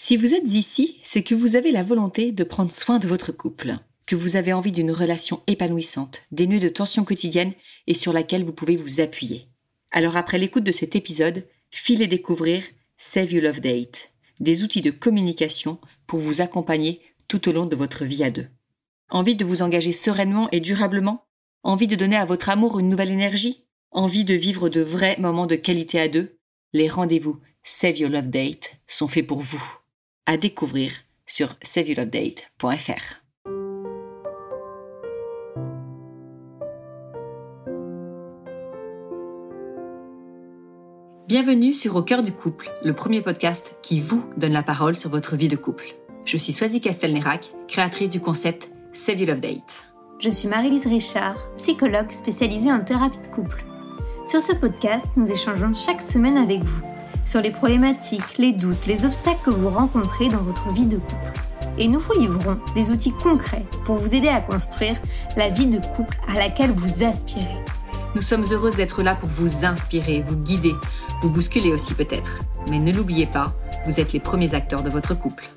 Si vous êtes ici, c'est que vous avez la volonté de prendre soin de votre couple, que vous avez envie d'une relation épanouissante, dénuée de tensions quotidiennes et sur laquelle vous pouvez vous appuyer. Alors après l'écoute de cet épisode, filez découvrir Save Your Love Date, des outils de communication pour vous accompagner tout au long de votre vie à deux. Envie de vous engager sereinement et durablement? Envie de donner à votre amour une nouvelle énergie? Envie de vivre de vrais moments de qualité à deux? Les rendez-vous Save Your Love Date sont faits pour vous. À découvrir sur saveyourlovedate.fr. Bienvenue sur Au cœur du couple, le premier podcast qui vous donne la parole sur votre vie de couple. Je suis Swazi Castelnerac, créatrice du concept Save Your Love Date. Je suis Marie-Lise Richard, psychologue spécialisée en thérapie de couple. Sur ce podcast, nous échangeons chaque semaine avec vous sur les problématiques, les doutes, les obstacles que vous rencontrez dans votre vie de couple. Et nous vous livrons des outils concrets pour vous aider à construire la vie de couple à laquelle vous aspirez. Nous sommes heureuses d'être là pour vous inspirer, vous guider, vous bousculer aussi peut-être. Mais ne l'oubliez pas, vous êtes les premiers acteurs de votre couple.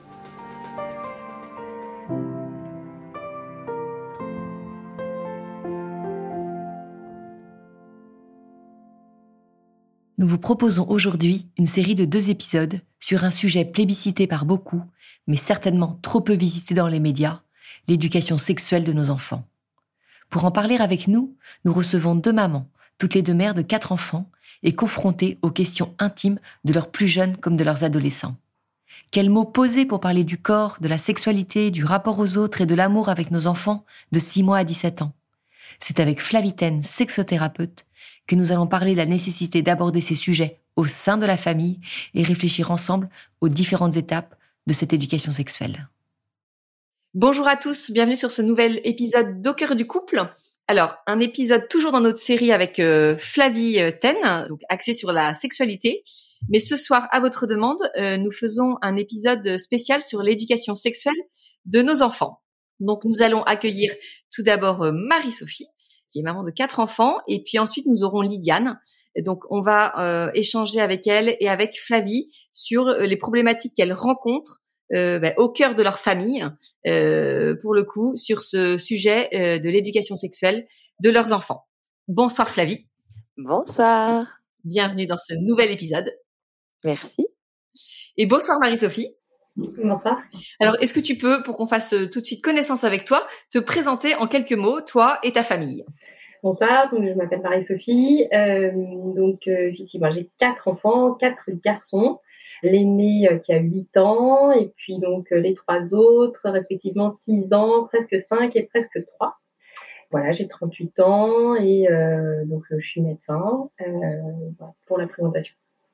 Nous vous proposons aujourd'hui une série de 2 épisodes sur un sujet plébiscité par beaucoup, mais certainement trop peu visité dans les médias, l'éducation sexuelle de nos enfants. Pour en parler avec nous, nous recevons 2 mamans, toutes les 2 mères de 4 enfants, et confrontées aux questions intimes de leurs plus jeunes comme de leurs adolescents. Quels mots poser pour parler du corps, de la sexualité, du rapport aux autres et de l'amour avec nos enfants de 6 mois à 17 ans? C'est avec Flavie Ten, sexothérapeute, que nous allons parler de la nécessité d'aborder ces sujets au sein de la famille et réfléchir ensemble aux différentes étapes de cette éducation sexuelle. Bonjour à tous, bienvenue sur ce nouvel épisode d'Au cœur du couple. Alors, un épisode toujours dans notre série avec Flavie Ten, donc axé sur la sexualité. Mais ce soir, à votre demande, nous faisons un épisode spécial sur l'éducation sexuelle de nos enfants. Donc, nous allons accueillir tout d'abord Marie-Sophie, qui est maman de 4 enfants, et puis ensuite nous aurons Lydiane. Et donc on va échanger avec elle et avec Flavie sur les problématiques qu'elles rencontrent au cœur de leur famille, pour le coup, sur ce sujet de l'éducation sexuelle de leurs enfants. Bonsoir Flavie. Bonsoir. Bienvenue dans ce nouvel épisode. Merci. Et bonsoir Marie-Sophie. Bonsoir. Alors, est-ce que tu peux, pour qu'on fasse tout de suite connaissance avec toi, te présenter en quelques mots, toi et ta famille? Bonsoir, donc je m'appelle Marie-Sophie. Effectivement, j'ai 4 enfants, 4 garçons. L'aîné qui a 8 ans, et puis donc les 3 autres, respectivement 6 ans, presque 5 et presque 3. Voilà, j'ai 38 ans et donc je suis médecin. Voilà, pour la présentation.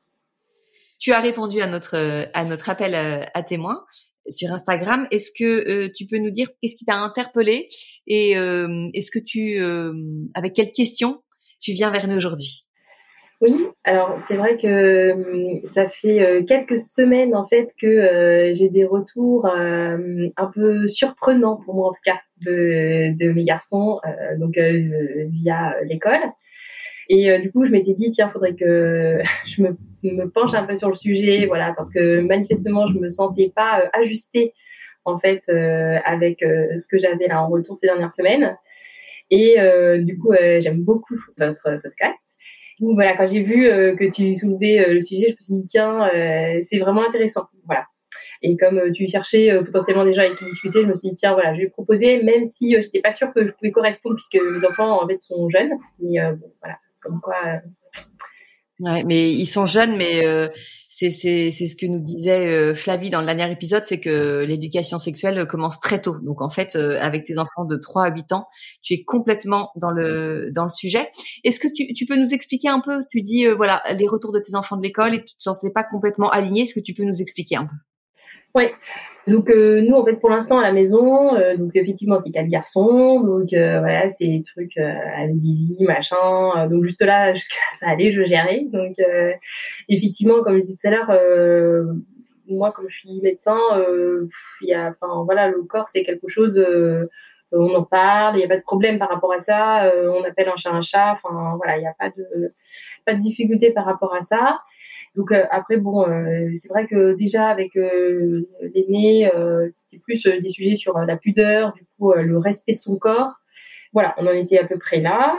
Tu as répondu à notre appel à témoins sur Instagram. Est-ce que tu peux nous dire qu'est-ce qui t'a interpellé et est-ce que avec quelles questions tu viens vers nous aujourd'hui? Oui, alors c'est vrai que ça fait quelques semaines en fait que j'ai des retours un peu surprenants pour moi en tout cas de mes garçons via l'école. Et du coup, je m'étais dit, tiens, faudrait que je me penche un peu sur le sujet, voilà, parce que manifestement, je me sentais pas ajustée, en fait, avec ce que j'avais là en retour ces dernières semaines. Et du coup, j'aime beaucoup votre podcast. Donc voilà, quand j'ai vu que tu soulevais le sujet, je me suis dit, tiens, c'est vraiment intéressant, voilà. Et comme tu cherchais potentiellement des gens avec qui discuter, je me suis dit, tiens, voilà, je vais proposer, même si je n'étais pas sûre que je pouvais correspondre, puisque mes enfants, en fait, sont jeunes. Mais bon, voilà. Comme quoi. Ouais, mais ils sont jeunes, mais c'est ce que nous disait Flavie dans le dernier épisode, c'est que l'éducation sexuelle commence très tôt. Donc en fait, avec tes enfants de 3 à 8 ans, tu es complètement dans le sujet. Est-ce que tu peux nous expliquer un peu? Tu dis voilà, les retours de tes enfants de l'école et tu te sentais pas complètement aligné. Est-ce que tu peux nous expliquer un peu? Oui. Donc nous en fait pour l'instant à la maison, donc effectivement c'est 4 garçons, donc voilà c'est des trucs avec zizi machin, donc juste là jusqu'à ça allait, je gérais. Donc effectivement comme je disais tout à l'heure, moi comme je suis médecin, il y a, enfin voilà, le corps c'est quelque chose, on en parle, il y a pas de problème par rapport à ça, on appelle un chat, enfin voilà, il y a pas de difficulté par rapport à ça. Donc après bon, c'est vrai que déjà avec l'aîné, c'était plus des sujets sur la pudeur, du coup le respect de son corps. Voilà, on en était à peu près là.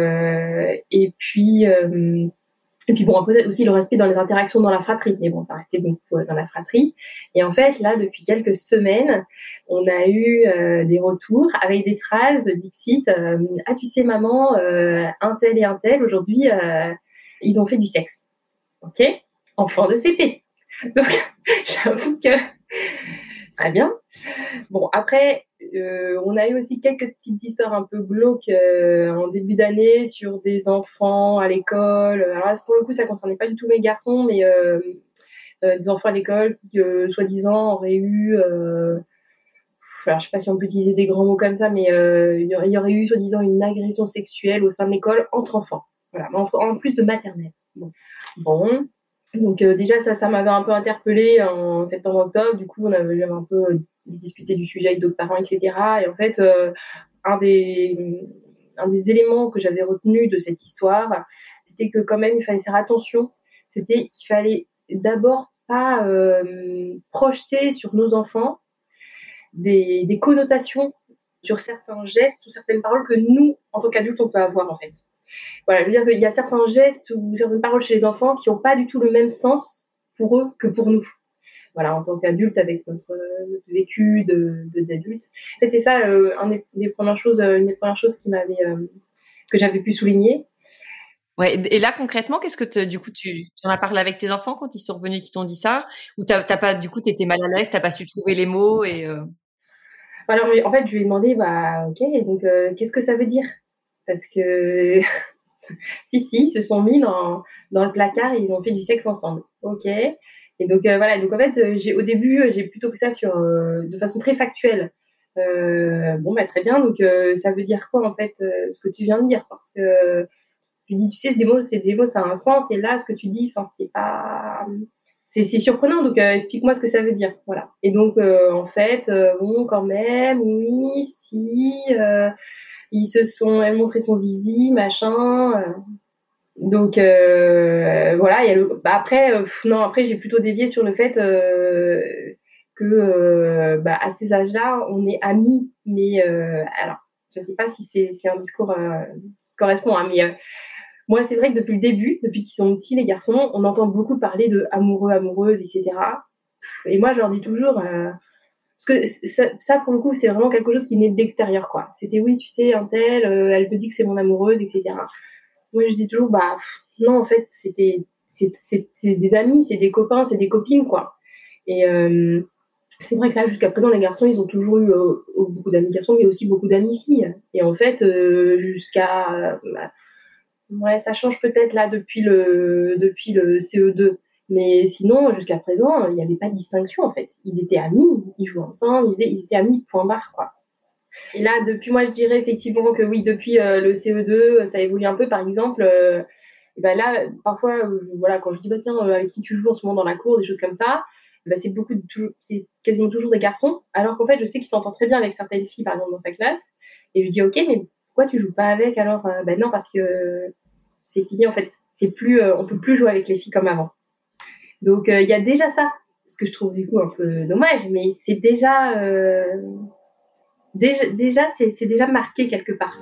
Et puis bon, après aussi le respect dans les interactions dans la fratrie. Mais bon, ça restait donc dans la fratrie. Et en fait, là, depuis quelques semaines, on a eu des retours avec des phrases dixit. Ah, tu sais, maman, un tel et un tel, aujourd'hui, ils ont fait du sexe. Ok, enfant de CP. Donc, j'avoue que très bien. Bon, après, on a eu aussi quelques petites histoires un peu glauques en début d'année sur des enfants à l'école. Alors là, pour le coup, ça concernait pas du tout mes garçons, mais des enfants à l'école qui, soi-disant, auraient eu... alors, je sais pas si on peut utiliser des grands mots comme ça, mais il y aurait eu, soi-disant, une agression sexuelle au sein de l'école entre enfants. Voilà, en plus de maternelle. Bon. Donc déjà ça m'avait un peu interpellée en septembre-octobre. Du coup j'avais un peu discuté du sujet avec d'autres parents, etc. Et en fait un des éléments que j'avais retenu de cette histoire, c'était que quand même il fallait faire attention. C'était qu'il fallait d'abord pas projeter sur nos enfants des connotations sur certains gestes ou certaines paroles que nous, en tant qu'adultes, on peut avoir en fait. Voilà, je veux dire qu'il y a certains gestes ou certaines paroles chez les enfants qui n'ont pas du tout le même sens pour eux que pour nous. Voilà, en tant qu'adulte avec notre vécu d'adulte. C'était ça une des premières choses que j'avais pu souligner. Ouais. Et là, concrètement, qu'est-ce que du coup, tu en as parlé avec tes enfants quand ils sont revenus, qui t'ont dit ça? Ou t'as pas, du coup, t'étais mal à l'aise, t'as pas su trouver les mots Alors, en fait, je lui ai demandé, bah, ok, donc, qu'est-ce que ça veut dire? Parce que, si, ils se sont mis dans le placard et ils ont fait du sexe ensemble. Ok. Et donc, voilà. Donc, en fait, au début, j'ai plutôt que ça de façon très factuelle. Bon, bah, très bien. Donc, ça veut dire quoi, en fait, ce que tu viens de dire? Parce que, je dis, tu sais, c'est des mots, ça a un sens. Et là, ce que tu dis, enfin, c'est pas, c'est surprenant. Donc, explique-moi ce que ça veut dire. Voilà. Et donc, en fait, bon, quand même, oui, si, elle montrait son zizi, machin. Donc, voilà. Après, non, après, j'ai plutôt dévié sur le fait que, à ces âges-là, on est amis. Mais, alors, je sais pas si c'est un discours correspond, hein, mais moi, c'est vrai que depuis le début, depuis qu'ils sont petits, les garçons, on entend beaucoup parler de amoureux, amoureuses, etc. Et moi, je leur dis toujours, parce que ça, pour le coup, c'est vraiment quelque chose qui naît de l'extérieur, quoi. C'était, oui, tu sais, un tel, elle te dit que c'est mon amoureuse, etc. Moi, je dis toujours, bah, non, en fait, c'est des amis, c'est des copains, c'est des copines, quoi. Et c'est vrai que là, jusqu'à présent, les garçons, ils ont toujours eu beaucoup d'amis garçons, mais aussi beaucoup d'amis filles. Et en fait, ouais, ça change peut-être là depuis le CE2. Mais sinon, jusqu'à présent, il n'y avait pas de distinction en fait. Ils étaient amis, ils jouaient ensemble, ils étaient amis, point barre, quoi. Et là, depuis moi, je dirais effectivement que oui, depuis le CE2, ça évolue un peu. Par exemple, ben là, parfois, voilà, quand je dis, bah tiens, avec qui tu joues en ce moment dans la cour, des choses comme ça, ben, c'est quasiment toujours des garçons. Alors qu'en fait, je sais qu'il s'entend très bien avec certaines filles, par exemple, dans sa classe. Et je dis, ok, mais pourquoi tu joues pas avec alors Ben non, parce que c'est fini en fait. C'est plus, on peut plus jouer avec les filles comme avant. Donc il y a déjà ça, ce que je trouve du coup un peu dommage, mais c'est déjà c'est déjà marqué quelque part.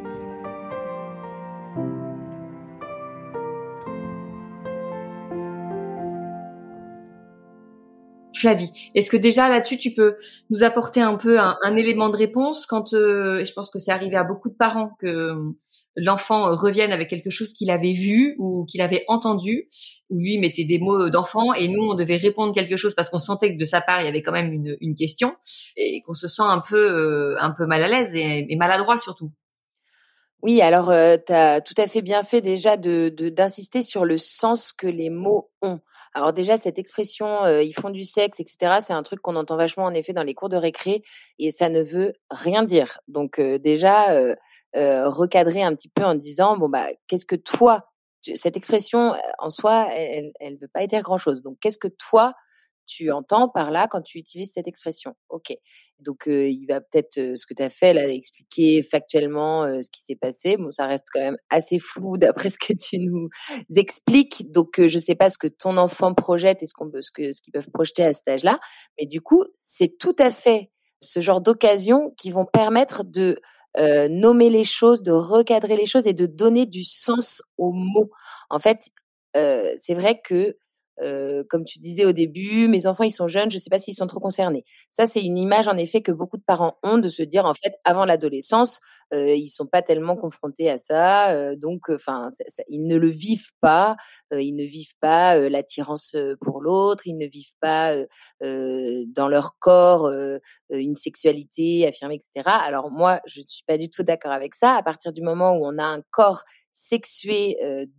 Flavie, est-ce que déjà là-dessus tu peux nous apporter un peu un élément de réponse quand et je pense que c'est arrivé à beaucoup de parents que l'enfant revienne avec quelque chose qu'il avait vu ou qu'il avait entendu, où lui mettait des mots d'enfant et nous on devait répondre quelque chose parce qu'on sentait que de sa part il y avait quand même une question et qu'on se sent un peu mal à l'aise et maladroit surtout. Oui, alors tu as tout à fait bien fait déjà d'insister sur le sens que les mots ont. Alors déjà, cette expression ils font du sexe, etc., c'est un truc qu'on entend vachement en effet dans les cours de récré et ça ne veut rien dire. Donc déjà, recadrer un petit peu en disant, bon, bah, qu'est-ce que toi, cette expression en soi, elle veut pas dire grand-chose. Donc qu'est-ce que toi, tu entends par là quand tu utilises cette expression. OK. Donc, il va peut-être, ce que tu as fait là, expliquer factuellement, ce qui s'est passé. Bon, ça reste quand même assez flou d'après ce que tu nous expliques. Donc, je sais pas ce que ton enfant projette et ce qu'ils peuvent projeter à cet âge-là. Mais du coup, c'est tout à fait ce genre d'occasions qui vont permettre de, nommer les choses, de recadrer les choses et de donner du sens aux mots. En fait, c'est vrai que, comme tu disais au début: «Mes enfants, ils sont jeunes, je ne sais pas s'ils sont trop concernés». Ça, c'est une image en effet que beaucoup de parents ont de se dire: «En fait, avant l'adolescence, ils sont pas tellement confrontés à ça, donc enfin, ça ils ne le vivent pas, ils ne vivent pas, l'attirance, pour l'autre, ils ne vivent pas, dans leur corps, une sexualité affirmée et cetera». Alors moi, je ne suis pas du tout d'accord avec ça. À partir du moment où on a un corps sexué,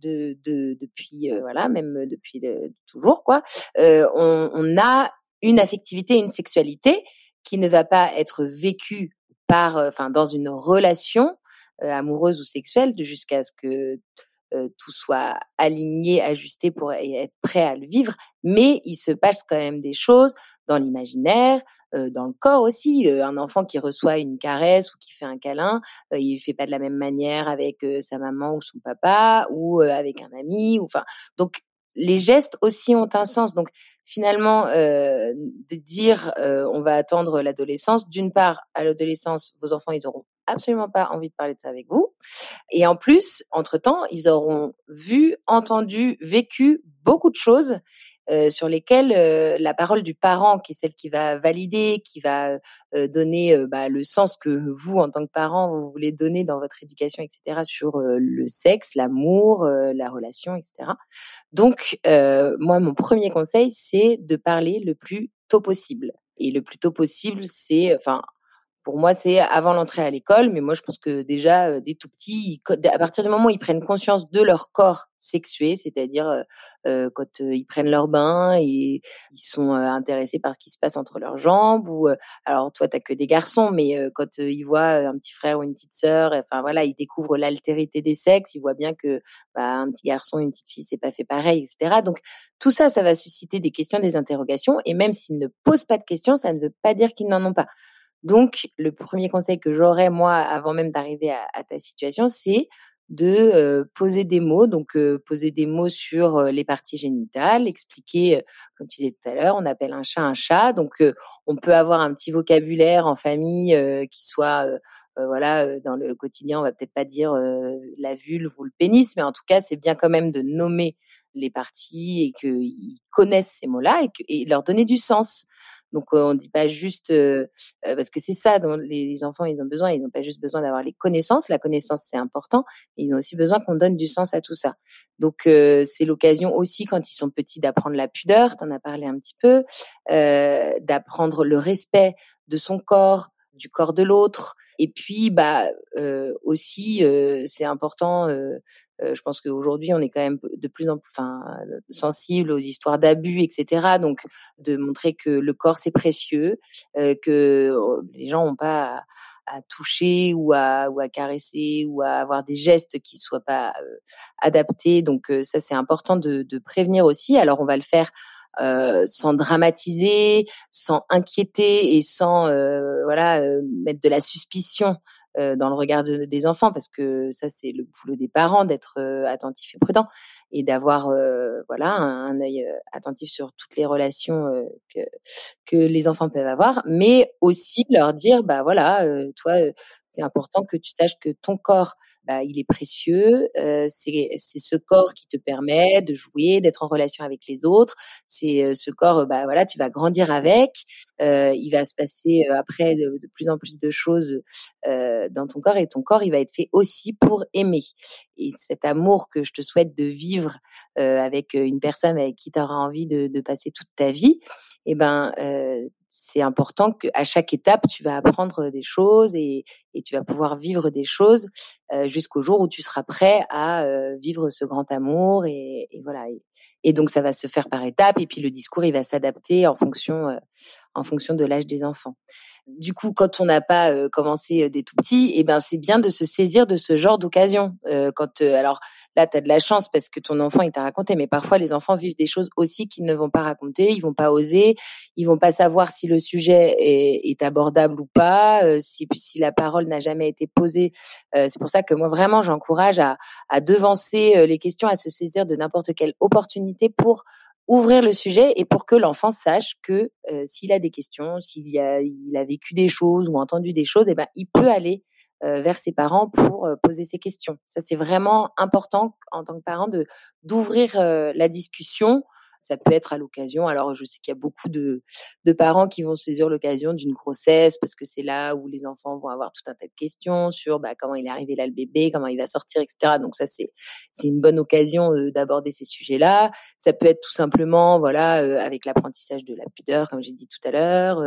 depuis, voilà, même depuis toujours quoi, on a une affectivité, une sexualité qui ne va pas être vécue par, enfin dans une relation, amoureuse ou sexuelle jusqu'à ce que, tout soit aligné, ajusté pour être prêt à le vivre. Mais il se passe quand même des choses dans l'imaginaire, dans le corps aussi. Un enfant qui reçoit une caresse ou qui fait un câlin, il fait pas de la même manière avec, sa maman ou son papa ou, avec un ami ou enfin donc les gestes aussi ont un sens. Donc finalement, de dire, on va attendre l'adolescence, d'une part, à l'adolescence, vos enfants, ils auront absolument pas envie de parler de ça avec vous. Et en plus, entre-temps, ils auront vu, entendu, vécu beaucoup de choses, sur lesquelles, la parole du parent, qui est celle qui va valider, qui va, donner, le sens que vous, en tant que parent, vous voulez donner dans votre éducation et cetera sur, le sexe, l'amour, la relation et cetera. Donc, moi, mon premier conseil, c'est de parler le plus tôt possible et le plus tôt possible, c'est enfin, pour moi, c'est avant l'entrée à l'école, mais moi, je pense que déjà, dès tout petit, à partir du moment où ils prennent conscience de leur corps sexué, c'est-à-dire, quand, ils prennent leur bain et ils sont, intéressés par ce qui se passe entre leurs jambes ou, alors toi, tu as que des garçons, mais, quand, ils voient, un petit frère ou une petite sœur, enfin voilà, ils découvrent l'altérité des sexes, ils voient bien que, un petit garçon, une petite fille, c'est pas fait pareil et cetera. Donc tout ça, ça va susciter des questions, des interrogations et même s'ils ne posent pas de questions, ça ne veut pas dire qu'ils n'en ont pas. Donc, le premier conseil que j'aurais, moi, avant même d'arriver à ta situation, c'est de, poser des mots. Donc, poser des mots sur, les parties génitales, expliquer, comme tu disais tout à l'heure, on appelle un chat un chat. Donc, on peut avoir un petit vocabulaire en famille, qui soit, voilà, dans le quotidien, on va peut-être pas dire, la vulve ou le pénis, mais en tout cas, c'est bien quand même de nommer les parties et qu'ils connaissent ces mots-là et leur donner du sens. Donc, on dit pas juste, parce que c'est ça dont les enfants, ils ont besoin. Ils n'ont pas juste besoin d'avoir les connaissances. La connaissance, c'est important, mais ils ont aussi besoin qu'on donne du sens à tout ça. Donc, c'est l'occasion aussi, quand ils sont petits, d'apprendre la pudeur, tu en as parlé un petit peu, d'apprendre le respect de son corps, du corps de l'autre et puis, aussi, c'est important, je pense qu'aujourd'hui, on est quand même de plus en plus sensible aux histoires d'abus et cetera. Donc de montrer que le corps, c'est précieux, que, les gens ont pas à toucher ou à caresser ou à avoir des gestes qui soient pas, adaptés. Donc ça, c'est important de prévenir aussi. Alors on va le faire, sans dramatiser, sans inquiéter et sans, mettre de la suspicion, dans le regard des enfants parce que ça, c'est le boulot des parents d'être, attentifs et prudents et d'avoir, un œil, attentif sur toutes les relations, que les enfants peuvent avoir, mais aussi leur dire: «Bah, voilà, toi, c'est important que tu saches que ton corps, il est précieux, c'est ce corps qui te permet de jouer, d'être en relation avec les autres. C'est, ce corps, voilà, tu vas grandir avec, il va se passer, après de plus en plus de choses, dans ton corps et ton corps, il va être fait aussi pour aimer et cet amour que je te souhaite de vivre, avec, une personne avec qui tu auras envie de passer toute ta vie et c'est important qu'à chaque étape, tu vas apprendre des choses et tu vas pouvoir vivre des choses, jusqu'au jour où tu seras prêt à, vivre ce grand amour et voilà et donc ça va se faire par étapes et puis le discours, il va s'adapter en fonction de l'âge des enfants. Du coup, quand on n'a pas, commencé, dès tout petit et c'est bien de se saisir de ce genre d'occasion. Alors là, tu as de la chance parce que ton enfant, il t'a raconté. Mais parfois, les enfants vivent des choses aussi qu'ils ne vont pas raconter. Ils vont pas oser. Ils vont pas savoir si le sujet est abordable ou pas, si la parole n'a jamais été posée. C'est pour ça que moi, vraiment, j'encourage à devancer les questions, à se saisir de n'importe quelle opportunité pour ouvrir le sujet et pour que l'enfant sache que s'il a des questions, il a vécu des choses ou entendu des choses, il peut aller vers ses parents pour poser ses questions. Ça, c'est vraiment important en tant que parent d'ouvrir la discussion. Ça peut être à l'occasion. Alors, je sais qu'il y a beaucoup de parents qui vont saisir l'occasion d'une grossesse parce que c'est là où les enfants vont avoir tout un tas de questions sur comment il est arrivé là le bébé, comment il va sortir, etc. Donc ça, c'est une bonne occasion d'aborder ces sujets-là. Ça peut être tout simplement, voilà, avec l'apprentissage de la pudeur, comme j'ai dit tout à l'heure,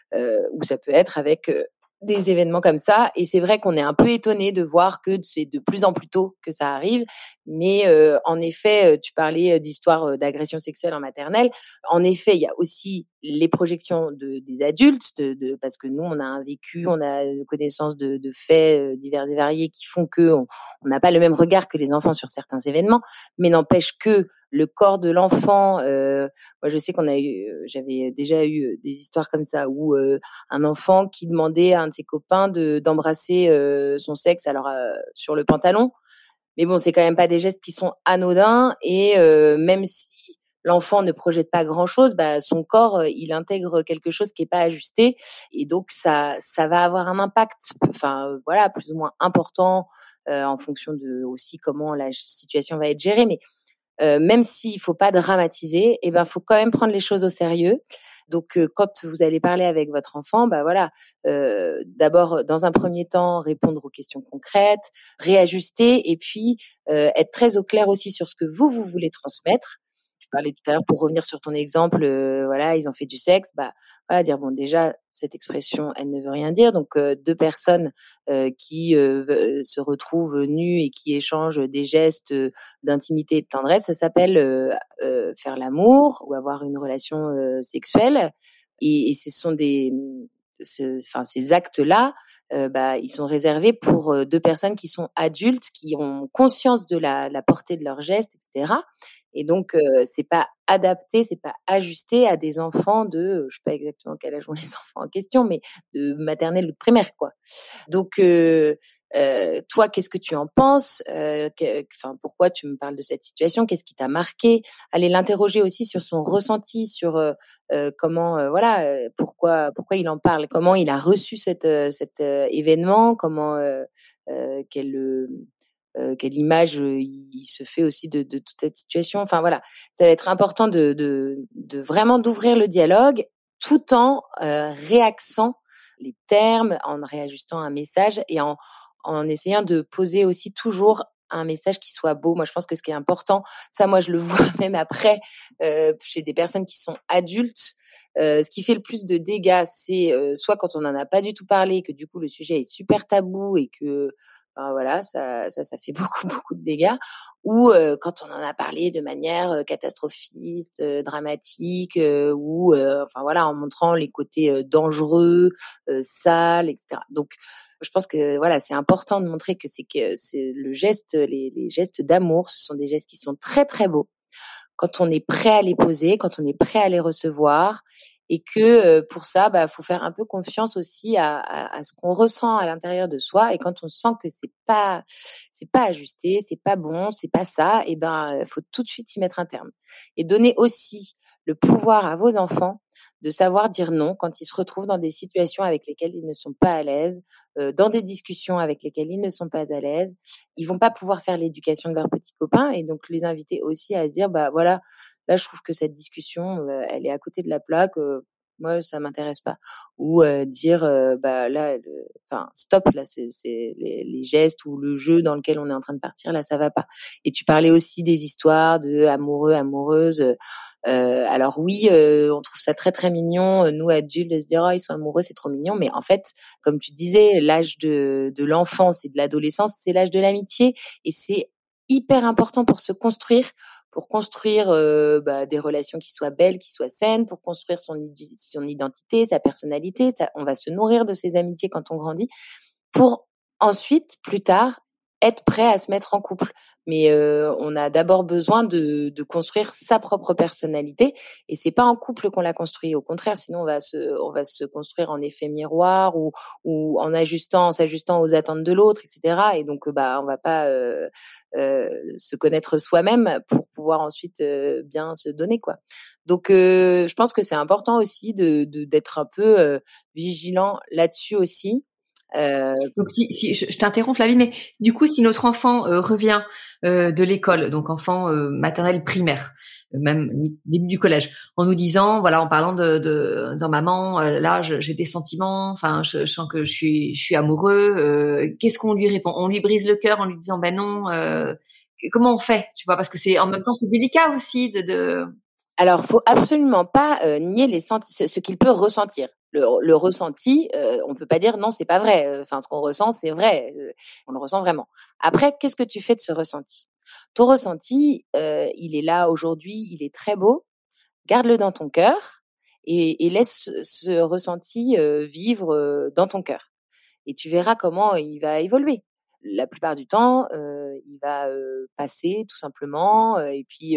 ou ça peut être avec des événements comme ça. Et c'est vrai qu'on est un peu étonné de voir que c'est de plus en plus tôt que ça arrive. Mais en effet, tu parlais d'histoires d'agression sexuelle en maternelle. En effet, il y a aussi les projections des adultes, parce que nous, on a un vécu, on a connaissance de faits divers et variés qui font que on n'a pas le même regard que les enfants sur certains événements. Mais n'empêche que le corps de l'enfant, moi je sais j'avais déjà eu des histoires comme ça où un enfant qui demandait à un de ses copains d'embrasser son sexe, alors sur le pantalon. Mais bon, c'est quand même pas des gestes qui sont anodins et même si l'enfant ne projette pas grand-chose, son corps, il intègre quelque chose qui est pas ajusté et donc ça va avoir un impact, enfin voilà, plus ou moins important en fonction de aussi comment la situation va être gérée. Mais même s'il faut pas dramatiser, faut quand même prendre les choses au sérieux. Donc, quand vous allez parler avec votre enfant, voilà, d'abord, dans un premier temps, répondre aux questions concrètes, réajuster et puis être très au clair aussi sur ce que vous voulez transmettre. Tu parlais tout à l'heure, pour revenir sur ton exemple, voilà, ils ont fait du sexe, voilà, dire bon, déjà cette expression, elle ne veut rien dire. Donc, 2 personnes qui se retrouvent nues et qui échangent des gestes d'intimité et de tendresse, ça s'appelle faire l'amour ou avoir une relation sexuelle. Et ce sont ces actes-là, ils sont réservés pour 2 personnes qui sont adultes, qui ont conscience de la portée de leurs gestes, etc. Et donc, c'est pas adapté, c'est pas ajusté à des enfants de, je sais pas exactement quel âge ont les enfants en question, mais de maternelle ou de primaire, quoi. Donc, toi, qu'est-ce que tu en penses? Pourquoi tu me parles de cette situation? Qu'est-ce qui t'a marqué? Allez l'interroger aussi sur son ressenti, sur comment, pourquoi il en parle, comment il a reçu cet événement, comment, quelle image il se fait aussi de toute cette situation. Enfin voilà, ça va être important de vraiment d'ouvrir le dialogue tout en réaxant les termes, en réajustant un message et en essayant de poser aussi toujours un message qui soit beau. Moi, je pense que ce qui est important, ça, moi, je le vois même après chez des personnes qui sont adultes. Ce qui fait le plus de dégâts, c'est soit quand on n'en a pas du tout parlé, que du coup le sujet est super tabou et que voilà, ça fait beaucoup de dégâts. Ou quand on en a parlé de manière catastrophiste, dramatique, ou enfin voilà, en montrant les côtés dangereux, sales, etc. Donc, je pense que voilà, c'est important de montrer que c'est le geste, les gestes d'amour, ce sont des gestes qui sont très très beaux quand on est prêt à les poser, quand on est prêt à les recevoir et que pour ça, faut faire un peu confiance aussi à ce qu'on ressent à l'intérieur de soi et quand on sent que c'est pas ajusté, c'est pas bon, c'est pas ça, faut tout de suite y mettre un terme et donner aussi le pouvoir à vos enfants de savoir dire non quand ils se retrouvent dans des situations avec lesquelles ils ne sont pas à l'aise, dans des discussions avec lesquelles ils ne sont pas à l'aise. Ils vont pas pouvoir faire l'éducation de leurs petits copains et donc les inviter aussi à dire voilà, là je trouve que cette discussion elle est à côté de la plaque, moi ça m'intéresse pas. Ou dire là enfin stop, là c'est les gestes ou le jeu dans lequel on est en train de partir, là ça va pas. Et tu parlais aussi des histoires de amoureux, amoureuses. Alors oui, on trouve ça très très mignon, nous adultes, de se dire: «Oh ils sont amoureux, c'est trop mignon», mais en fait, comme tu disais, l'âge de l'enfance et de l'adolescence, c'est l'âge de l'amitié et c'est hyper important pour construire, des relations qui soient belles, qui soient saines, pour construire son identité, sa personnalité. Ça, on va se nourrir de ces amitiés quand on grandit, pour ensuite, plus tard, être prêt à se mettre en couple. Mais on a d'abord besoin de construire sa propre personnalité et c'est pas en couple qu'on la construit. Au contraire, sinon on va se construire en effet miroir ou en s'ajustant aux attentes de l'autre, etc. Et donc on va pas se connaître soi-même pour pouvoir ensuite bien se donner, quoi. Donc je pense que c'est important aussi d'être un peu vigilant là-dessus aussi. Donc si je t'interromps Flavie, mais du coup si notre enfant revient de l'école, donc enfant maternelle primaire, même début du collège, en nous disant voilà, en parlant de disant maman là j'ai des sentiments, enfin je sens que je suis amoureux, qu'est-ce qu'on lui répond? On lui brise le cœur en lui disant ben non, comment on fait, tu vois, parce que c'est en même temps c'est délicat aussi de Alors, faut absolument pas nier ce qu'il peut ressentir. Le ressenti, on peut pas dire non, c'est pas vrai. Enfin, ce qu'on ressent, c'est vrai. On le ressent vraiment. Après, qu'est-ce que tu fais de ce ressenti? Ton ressenti, il est là aujourd'hui, il est très beau. Garde-le dans ton cœur et laisse ce ressenti vivre dans ton cœur. Et tu verras comment il va évoluer. La plupart du temps, il va passer tout simplement. Et puis,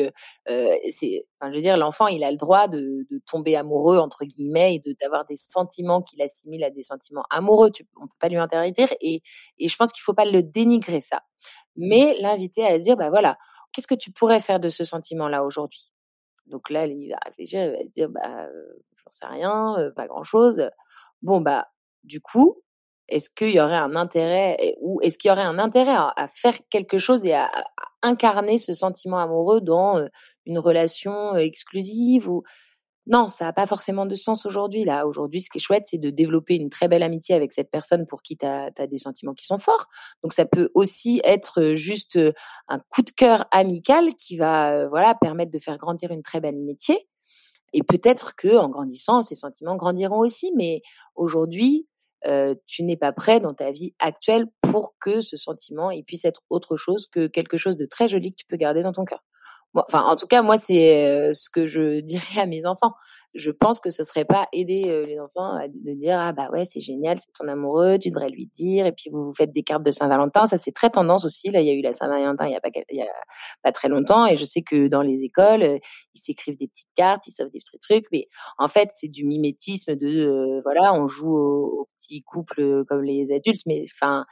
enfin, je veux dire, l'enfant, il a le droit de tomber amoureux entre guillemets et d'avoir des sentiments qu'il assimile à des sentiments amoureux. On peut pas lui interdire. Et je pense qu'il faut pas le dénigrer ça, mais l'inviter à dire, bah voilà, qu'est-ce que tu pourrais faire de ce sentiment-là aujourd'hui? Donc là, il va réfléchir, il va se dire: «Bah, j'en sais rien, pas grand-chose». Bon, bah, du coup, est-ce qu'il y aurait un intérêt ou est-ce qu'il y aurait un intérêt à faire quelque chose et à incarner ce sentiment amoureux dans, une relation, exclusive ou non, ça a pas forcément de sens aujourd'hui, là. Aujourd'hui, ce qui est chouette, c'est de développer une très belle amitié avec cette personne pour qui tu as des sentiments qui sont forts. Donc ça peut aussi être, juste, un coup de cœur amical qui va, voilà, permettre de faire grandir une très belle amitié et peut-être qu'en grandissant, ces sentiments grandiront aussi. Mais aujourd'hui, tu n'es pas prêt dans ta vie actuelle pour que ce sentiment, il puisse être autre chose que quelque chose de très joli que tu peux garder dans ton cœur. Moi enfin, en tout cas, moi, c'est, ce que je dirais à mes enfants. Je pense que ce serait pas aider, les enfants à de dire: «Ah bah ouais, c'est génial, c'est ton amoureux, tu devrais lui dire» et puis vous vous faites des cartes de Saint-Valentin. Ça, c'est très tendance aussi. Là, il y a eu la Saint-Valentin il y a pas très longtemps et je sais que dans les écoles, ils s'écrivent des petites cartes, ils s'offrent des petits trucs, mais en fait, c'est du mimétisme voilà, on joue aux petits couples, comme les adultes, mais enfin,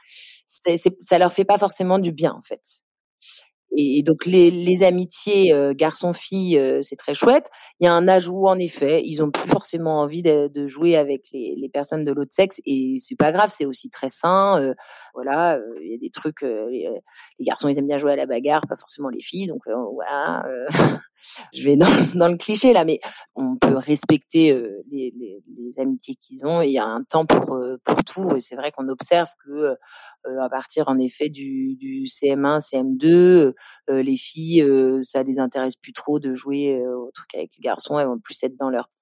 ça leur fait pas forcément du bien, en fait. Et donc les amitiés, garçon-fille, c'est très chouette. Il y a un âge où en effet, ils ont plus forcément envie de jouer avec les personnes de l'autre sexe et c'est pas grave, c'est aussi très sain, voilà, il y a des trucs, les garçons, ils aiment bien jouer à la bagarre, pas forcément les filles donc voilà, je vais dans le cliché là, mais on peut respecter, les amitiés qu'ils ont et il y a un temps pour tout et c'est vrai qu'on observe que, à partir en effet du CM1, CM2, les filles, ça les intéresse plus trop de jouer, aux trucs avec les garçons. Elles vont plus être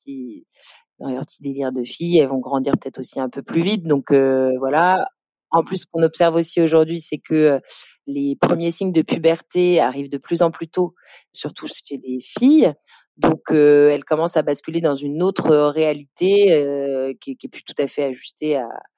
dans leur petit délire de filles. Elles vont grandir peut-être aussi un peu plus vite donc voilà. En plus, ce qu'on observe aussi aujourd'hui, c'est que, les premiers signes de puberté arrivent de plus en plus tôt, surtout chez les filles. Donc elles commencent à basculer dans une autre, réalité, qui est plus tout à fait ajustée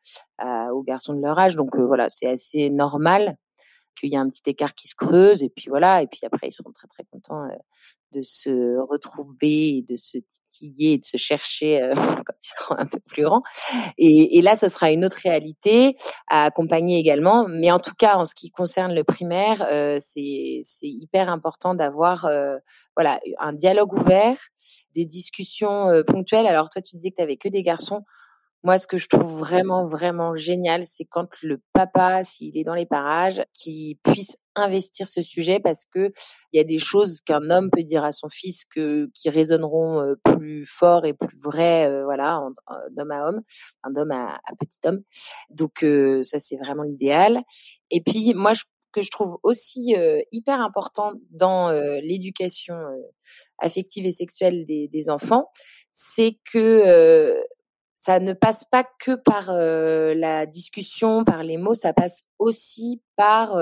aux garçons de leur âge. Donc voilà, c'est assez normal qu'il y ait un petit écart qui se creuse et puis voilà et puis après ils seront très, très contents, de se retrouver et de se titiller et de se chercher, quand ils seront un peu plus grands et là, ce sera une autre réalité à accompagner également. Mais en tout cas, en ce qui concerne le primaire, c'est hyper important d'avoir, voilà, un dialogue ouvert, des discussions, ponctuelles. Alors toi, tu disais que tu avais que des garçons. Moi, ce que je trouve vraiment, vraiment génial, c'est quand le papa, s'il est dans les parages, qu'il puisse investir ce sujet parce que il y a des choses qu'un homme peut dire à son fils qui résonneront plus fort et plus vrai, voilà, d'homme à homme, enfin, d'homme à petit homme. Donc ça, c'est vraiment l'idéal. Et puis moi, que je trouve aussi hyper important dans l'éducation affective et sexuelle des enfants, c'est que ça ne passe pas que par, la discussion, par les mots, ça passe aussi par,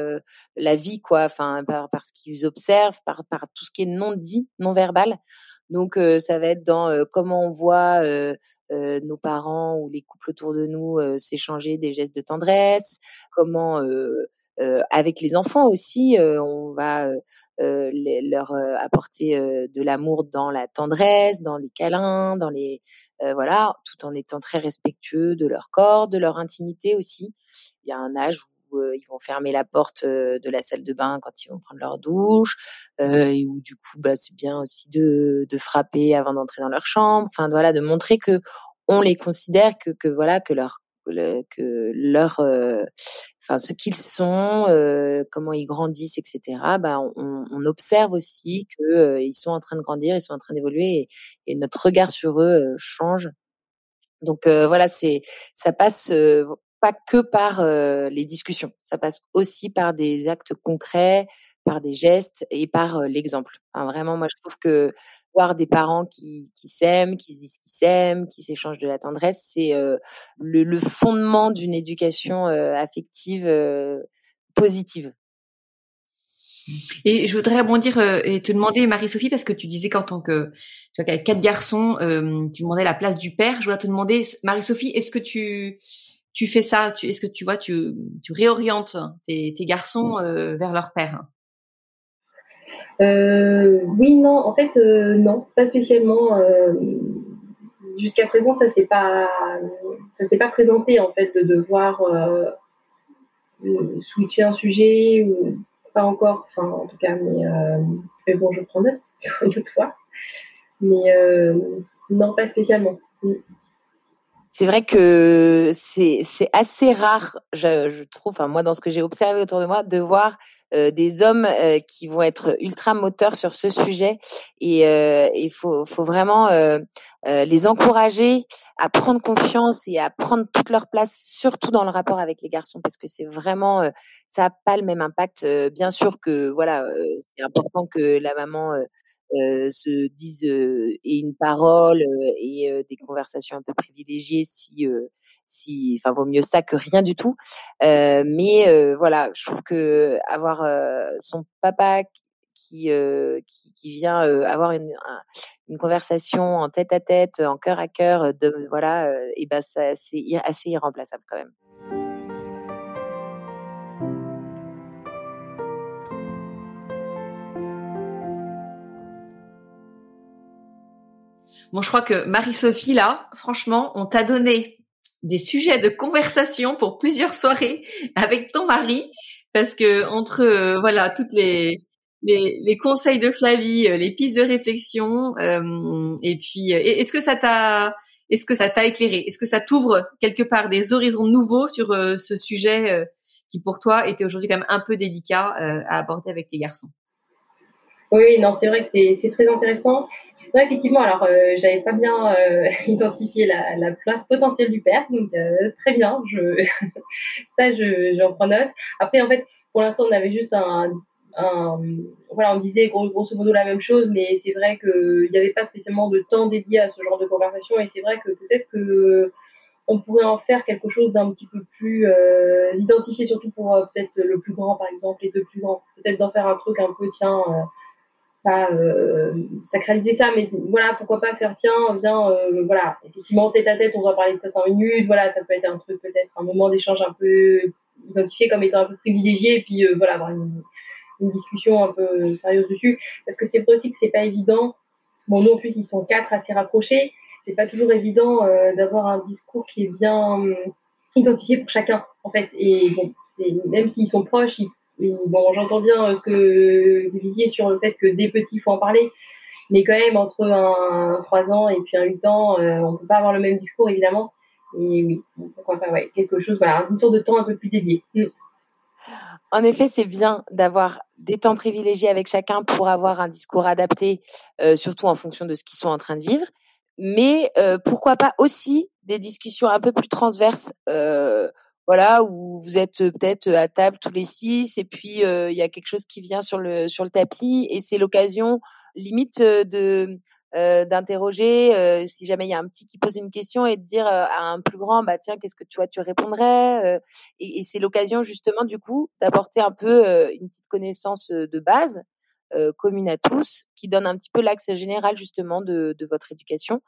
la vie quoi, enfin par ce qu'ils observent, par tout ce qui est non dit, non verbal. Donc ça va être dans, comment on voit, nos parents ou les couples autour de nous, s'échanger des gestes de tendresse, comment, avec les enfants aussi, on va leur apporter de l'amour dans la tendresse, dans les câlins, dans les voilà, tout en étant très respectueux de leur corps, de leur intimité aussi. Il y a un âge où ils vont fermer la porte de la salle de bain quand ils vont prendre leur douche, et où du coup, c'est bien aussi de frapper avant d'entrer dans leur chambre. Enfin voilà, de montrer que on les considère, que voilà, que leur enfin ce qu'ils sont, comment ils grandissent, etc. On observe aussi que ils sont en train de grandir, ils sont en train d'évoluer, et notre regard sur eux change. Donc voilà, ça passe pas que par les discussions, ça passe aussi par des actes concrets, par des gestes et par l'exemple. Enfin, vraiment, moi, je trouve que voir des parents qui s'aiment, qui se disent qu'ils s'aiment, qui s'échangent de la tendresse, c'est le fondement d'une éducation affective positive. Et je voudrais rebondir et te demander, Marie-Sophie, parce que tu disais qu'en tant que, tu vois, qu'avec 4 garçons, tu demandais la place du père. Je voudrais te demander, Marie-Sophie, est-ce que tu fais ça? Est-ce que tu vois, tu réorientes tes garçons vers leur père? Oui, non, en fait, non, pas spécialement. Jusqu'à présent, ça s'est pas présenté en fait de devoir switcher un sujet ou pas encore. Enfin, en tout cas, mais bon, je prends note une autre fois. Mais non, pas spécialement. C'est vrai que c'est assez rare, je trouve, enfin moi dans ce que j'ai observé autour de moi, de voir des hommes qui vont être ultra moteurs sur ce sujet, et il faut vraiment les encourager à prendre confiance et à prendre toute leur place, surtout dans le rapport avec les garçons, parce que c'est vraiment ça a pas le même impact. Bien sûr que voilà, c'est important que la maman se disent aient une parole et des conversations un peu privilégiées, si enfin vaut mieux ça que rien du tout. Mais voilà, je trouve que avoir son papa qui vient avoir une conversation en tête à tête, en cœur à cœur, de voilà, et ça c'est assez irremplaçable quand même. Bon, je crois que Marie-Sophie, là, franchement, on t'a donné des sujets de conversation pour plusieurs soirées avec ton mari, parce que entre voilà toutes les conseils de Flavie, les pistes de réflexion, et puis est-ce que ça t'a éclairé? Est-ce que ça t'ouvre quelque part des horizons nouveaux sur ce sujet qui pour toi était aujourd'hui quand même un peu délicat à aborder avec tes garçons? Oui, non, c'est vrai que c'est très intéressant. Ouais, effectivement, alors j'avais pas bien identifié la place potentielle du père, donc très bien, j'en prends note. Après, en fait, pour l'instant, on avait juste un voilà, on disait grosso modo la même chose, mais c'est vrai qu'il n'y avait pas spécialement de temps dédié à ce genre de conversation, et c'est vrai que peut-être que on pourrait en faire quelque chose d'un petit peu plus identifié, surtout pour peut-être le plus grand, par exemple, les deux plus grands. Peut-être d'en faire un truc un peu, tiens, pas sacraliser ça, mais voilà, pourquoi pas faire, tiens, viens, voilà, effectivement, tête à tête, on va parler de ça 5 minutes, voilà, ça peut être un truc, peut-être un moment d'échange un peu identifié comme étant un peu privilégié, et puis voilà, avoir une discussion un peu sérieuse dessus, parce que c'est vrai aussi que c'est pas évident. Bon, nous en plus, ils sont 4 assez rapprochés, c'est pas toujours évident d'avoir un discours qui est bien identifié pour chacun, en fait, et bon, même s'ils sont proches, bon, j'entends bien ce que vous disiez sur le fait que dès petit, il faut en parler, mais quand même, entre un 3 ans et puis un 8 ans, on ne peut pas avoir le même discours, évidemment. Et oui, pourquoi pas, ouais, quelque chose, voilà, un tour de temps un peu plus dédié. En effet, c'est bien d'avoir des temps privilégiés avec chacun pour avoir un discours adapté, surtout en fonction de ce qu'ils sont en train de vivre. Mais pourquoi pas aussi des discussions un peu plus transverses, voilà, où vous êtes peut-être à table tous les 6, et puis il y a quelque chose qui vient sur le tapis, et c'est l'occasion limite d'interroger, si jamais il y a un petit qui pose une question, et de dire à un plus grand, bah tiens, qu'est-ce que tu répondrais, et c'est l'occasion justement du coup d'apporter un peu une petite connaissance de base commune à tous, qui donne un petit peu l'axe général justement de votre éducation.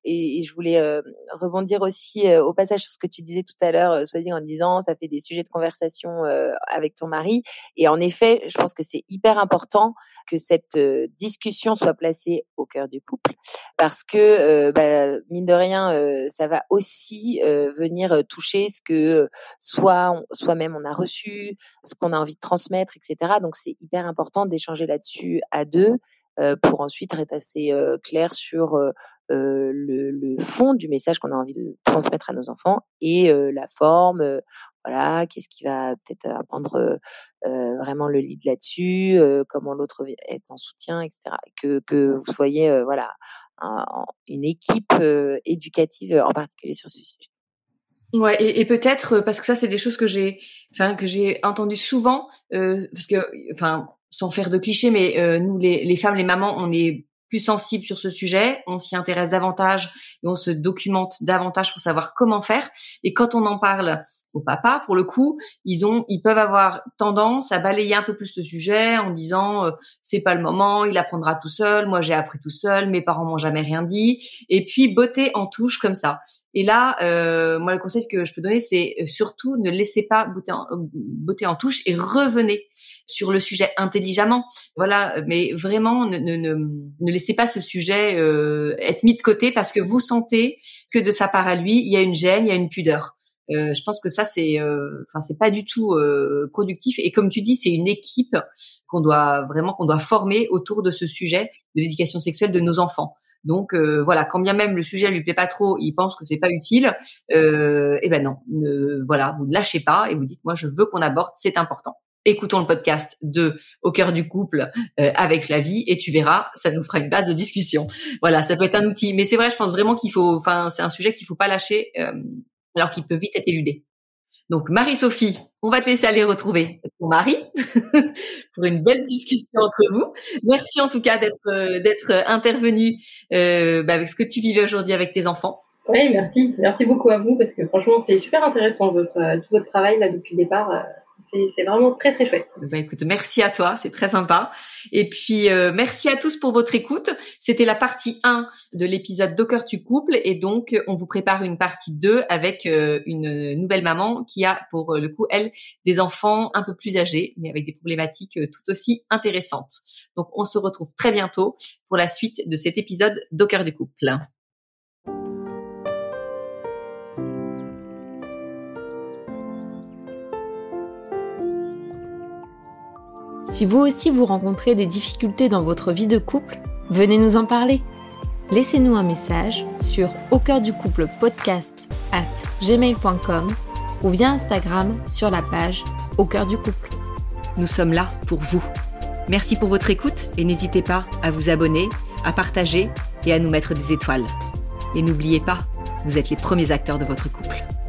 et je voulais rebondir aussi au passage sur ce que tu disais tout à l'heure, Swazik, en disant ça fait des sujets de conversation avec ton mari. Et en effet, je pense que c'est hyper important que cette discussion soit placée au cœur du couple, parce que mine de rien, ça va aussi venir toucher ce que soi-même on a reçu, ce qu'on a envie de transmettre, etc. Donc c'est hyper important d'échanger là-dessus à deux pour ensuite être assez clair sur le fond du message qu'on a envie de transmettre à nos enfants et la forme, voilà, qu'est-ce qui va peut-être prendre vraiment le lead là-dessus, comment l'autre est en soutien, etc. Et que vous soyez voilà une équipe éducative en particulier sur ce sujet. Ouais, et peut-être parce que ça c'est des choses que j'ai entendues souvent, parce que sans faire de clichés, mais nous les femmes, les mamans, on est plus sensibles sur ce sujet, on s'y intéresse davantage et on se documente davantage pour savoir comment faire. Et quand on en parle aux papas, pour le coup, ils peuvent avoir tendance à balayer un peu plus le sujet en disant c'est pas le moment, il apprendra tout seul, moi j'ai appris tout seul, mes parents m'ont jamais rien dit, et puis botter en touche comme ça. Et là, moi le conseil que je peux donner, c'est surtout ne laissez pas botter en touche et revenez sur le sujet intelligemment. Voilà, mais vraiment ne laissez pas ce sujet être mis de côté parce que vous sentez que de sa part à lui, il y a une gêne, il y a une pudeur. Je pense que ça c'est pas du tout productif, et comme tu dis, c'est une équipe qu'on doit former autour de ce sujet de l'éducation sexuelle de nos enfants. Donc voilà, quand bien même le sujet lui plaît pas trop, il pense que c'est pas utile, et ben non, vous ne lâchez pas et vous dites moi je veux qu'on aborde, c'est important. Écoutons le podcast de Au cœur du couple avec Flavie et tu verras, ça nous fera une base de discussion. Voilà, ça peut être un outil, mais c'est vrai, je pense vraiment c'est un sujet qu'il faut pas lâcher alors qu'il peut vite être éludé. Donc Marie-Sophie, on va te laisser aller retrouver ton mari pour une belle discussion entre vous. Merci en tout cas d'être intervenue avec ce que tu vivais aujourd'hui avec tes enfants. Oui, merci beaucoup à vous parce que franchement c'est super intéressant tout votre travail là depuis le départ. C'est vraiment très très chouette. Écoute, merci à toi, c'est très sympa. Et puis merci à tous pour votre écoute. C'était la partie 1 de l'épisode d'Au cœur du couple, et donc on vous prépare une partie 2 avec une nouvelle maman qui a pour le coup elle des enfants un peu plus âgés mais avec des problématiques tout aussi intéressantes. Donc on se retrouve très bientôt pour la suite de cet épisode d'Au cœur du couple. Si vous aussi vous rencontrez des difficultés dans votre vie de couple, venez nous en parler. Laissez-nous un message sur aucoeurducouplepodcast@gmail.com ou via Instagram sur la page Au cœur du couple. Nous sommes là pour vous. Merci pour votre écoute et n'hésitez pas à vous abonner, à partager et à nous mettre des étoiles. Et n'oubliez pas, vous êtes les premiers acteurs de votre couple.